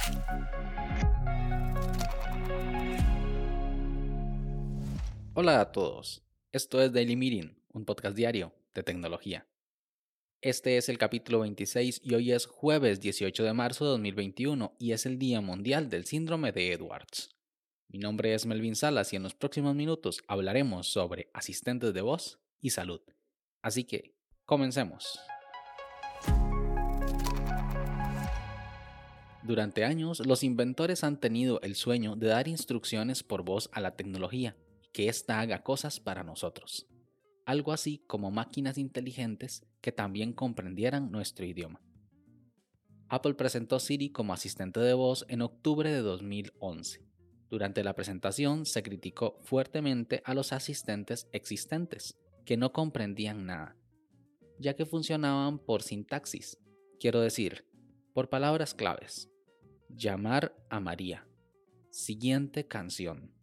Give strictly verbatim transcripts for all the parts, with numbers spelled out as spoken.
Hola a todos, esto es Daily Meeting, un podcast diario de tecnología. Este es el capítulo veintiséis y hoy es jueves dieciocho de marzo de dos mil veintiuno y es el Día Mundial del Síndrome de Edwards. Mi nombre es Melvin Salas y en los próximos minutos hablaremos sobre asistentes de voz y salud. Así que, comencemos. Durante años, los inventores han tenido el sueño de dar instrucciones por voz a la tecnología y que ésta haga cosas para nosotros. Algo así como máquinas inteligentes que también comprendieran nuestro idioma. Apple presentó Siri como asistente de voz en octubre de dos mil once. Durante la presentación se criticó fuertemente a los asistentes existentes, que no comprendían nada, ya que funcionaban por sintaxis, quiero decir, por palabras claves. Llamar a María. Siguiente canción.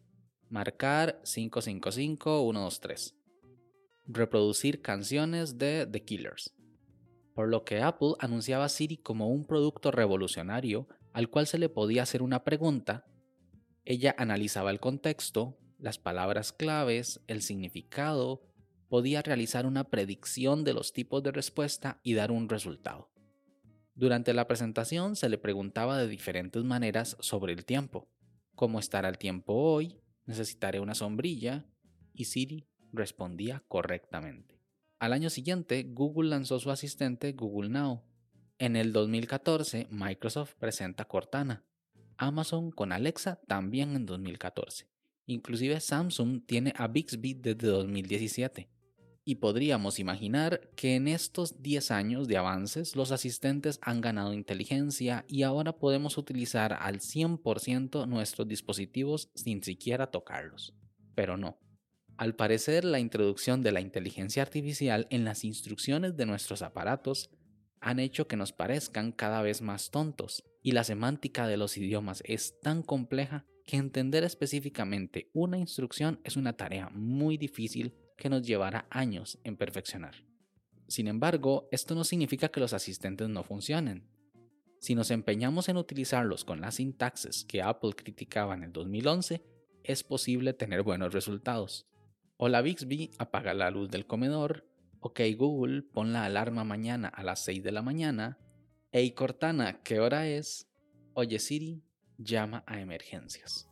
Marcar cinco cinco cinco uno dos tres. Reproducir canciones de The Killers. Por lo que Apple anunciaba a Siri como un producto revolucionario al cual se le podía hacer una pregunta, ella analizaba el contexto, las palabras claves, el significado, podía realizar una predicción de los tipos de respuesta y dar un resultado. Durante la presentación se le preguntaba de diferentes maneras sobre el tiempo. ¿Cómo estará el tiempo hoy? ¿Necesitaré una sombrilla? Y Siri respondía correctamente. Al año siguiente, Google lanzó su asistente Google Now. En el dos mil catorce, Microsoft presenta Cortana. Amazon con Alexa también en dos mil catorce. Inclusive Samsung tiene a Bixby desde dos mil diecisiete. Y podríamos imaginar que en estos diez años de avances los asistentes han ganado inteligencia y ahora podemos utilizar al cien por ciento nuestros dispositivos sin siquiera tocarlos. Pero no. Al parecer, la introducción de la inteligencia artificial en las instrucciones de nuestros aparatos han hecho que nos parezcan cada vez más tontos, y la semántica de los idiomas es tan compleja que entender específicamente una instrucción es una tarea muy difícil que nos llevará años en perfeccionar. Sin embargo, esto no significa que los asistentes no funcionen. Si nos empeñamos en utilizarlos con la sintaxis que Apple criticaba en el dos mil once, es posible tener buenos resultados. Hola Bixby, apaga la luz del comedor. Ok Google, pon la alarma mañana a las seis de la mañana. Hey Cortana, ¿qué hora es? Oye Siri, llama a emergencias.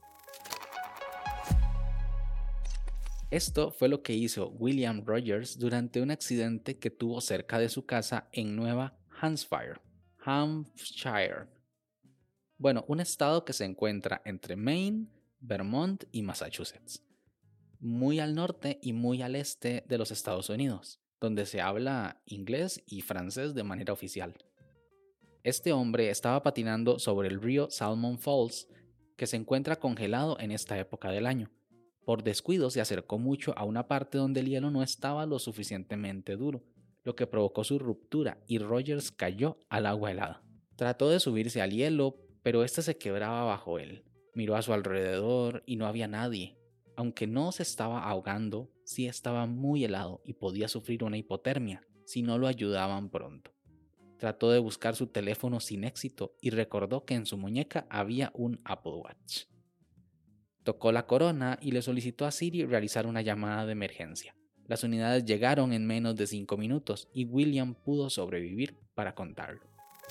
Esto fue lo que hizo William Rogers durante un accidente que tuvo cerca de su casa en Nueva Hampshire, Hampshire. Bueno, un estado que se encuentra entre Maine, Vermont y Massachusetts, muy al norte y muy al este de los Estados Unidos, donde se habla inglés y francés de manera oficial. Este hombre estaba patinando sobre el río Salmon Falls, que se encuentra congelado en esta época del año. Por descuido se acercó mucho a una parte donde el hielo no estaba lo suficientemente duro, lo que provocó su ruptura y Rogers cayó al agua helada. Trató de subirse al hielo, pero este se quebraba bajo él. Miró a su alrededor y no había nadie. Aunque no se estaba ahogando, sí estaba muy helado y podía sufrir una hipotermia si no lo ayudaban pronto. Trató de buscar su teléfono sin éxito y recordó que en su muñeca había un Apple Watch. Tocó la corona y le solicitó a Siri realizar una llamada de emergencia. Las unidades llegaron en menos de cinco minutos y William pudo sobrevivir para contarlo.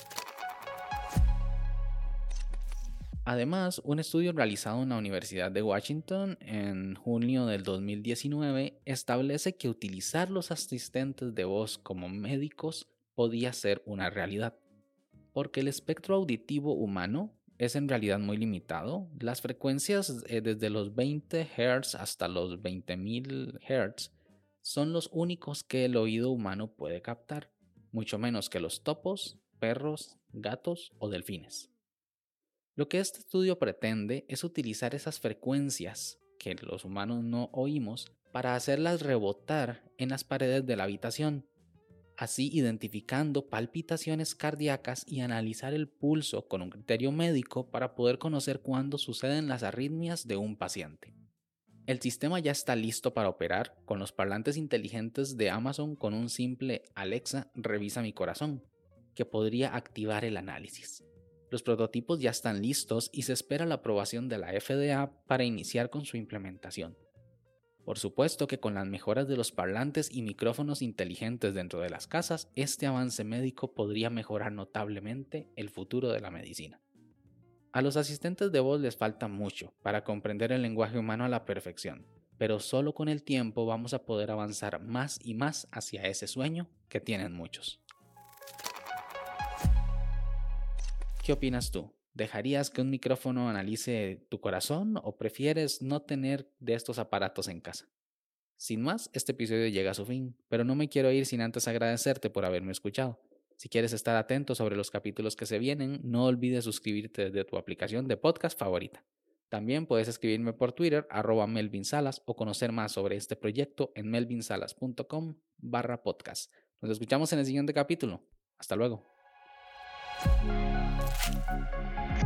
Además, un estudio realizado en la Universidad de Washington en junio del dos mil diecinueve establece que utilizar los asistentes de voz como médicos podía ser una realidad, porque el espectro auditivo humano es en realidad muy limitado. Las frecuencias eh, desde los veinte hertz hasta los veinte mil hertz son los únicos que el oído humano puede captar, mucho menos que los topos, perros, gatos o delfines. Lo que este estudio pretende es utilizar esas frecuencias que los humanos no oímos para hacerlas rebotar en las paredes de la habitación, así identificando palpitaciones cardíacas y analizar el pulso con un criterio médico para poder conocer cuándo suceden las arritmias de un paciente. El sistema ya está listo para operar con los parlantes inteligentes de Amazon con un simple Alexa revisa mi corazón, que podría activar el análisis. Los prototipos ya están listos y se espera la aprobación de la F D A para iniciar con su implementación. Por supuesto que con las mejoras de los parlantes y micrófonos inteligentes dentro de las casas, este avance médico podría mejorar notablemente el futuro de la medicina. A los asistentes de voz les falta mucho para comprender el lenguaje humano a la perfección, pero solo con el tiempo vamos a poder avanzar más y más hacia ese sueño que tienen muchos. ¿Qué opinas tú? ¿Dejarías que un micrófono analice tu corazón o prefieres no tener de estos aparatos en casa? Sin más, este episodio llega a su fin, pero no me quiero ir sin antes agradecerte por haberme escuchado. Si quieres estar atento sobre los capítulos que se vienen, no olvides suscribirte desde tu aplicación de podcast favorita. También puedes escribirme por Twitter, arroba Melvin Salas, o conocer más sobre este proyecto en melvinsalas.com barra podcast. Nos escuchamos en el siguiente capítulo. Hasta luego.